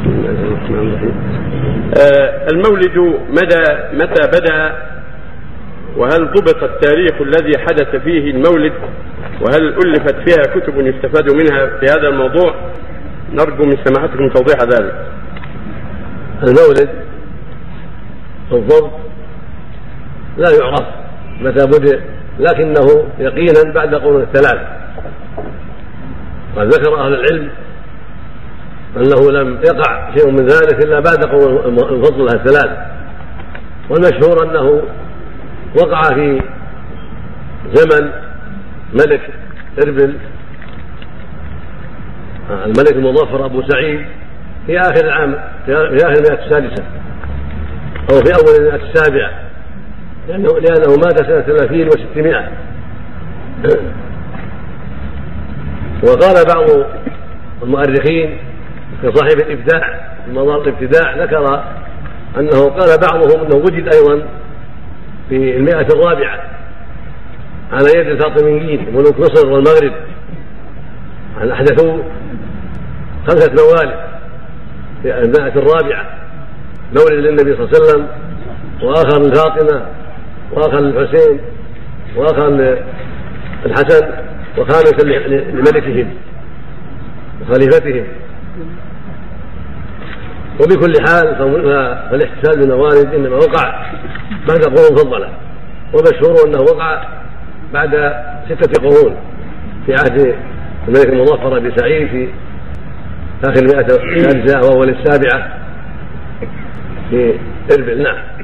المولد متى بدأ؟ وهل ضبط التاريخ الذي حدث فيه المولد؟ وهل ألفت فيها كتب يستفاد منها في هذا الموضوع؟ نرجو من سماحتكم توضيح ذلك. المولد بالضبط لا يعرف متى بدأ، لكنه يقينا بعد قرون الثلاث، قد ذكر أهل العلم أنه لم يقع شيء من ذلك إلا بعد قرون الفضل الثلاث، والمشهور أنه وقع في زمن ملك إربل الملك المظفر أبو سعيد في آخر العام، في آخر المئة السادسة أو في أول المئة السابعة، لأنه مات سنة 3600. وقال بعض المؤرخين كصاحب الإبداع مظاهر الابتداع ذكر أنه قال بعضهم أنه وجد أيضا في المئة الرابعة على يد الفاطميين ملوك مصر والمغرب، أحدثوا 5 موالد في المئة الرابعة، مولد للنبي صلى الله عليه وسلم، وآخر لفاطمة، وآخر للحسين، وآخر للحسن، وخامسا لملكهم وخليفتهم. وبكل حال فالاحتفال بالموالد إنما وقع بعد قرون مفضلة، ومشهور أنه وقع بعد 6 قرون في عهد الملك المظفر أبي سعيد في آخر المئة السادسة وأول السابعة في إربل. نعم.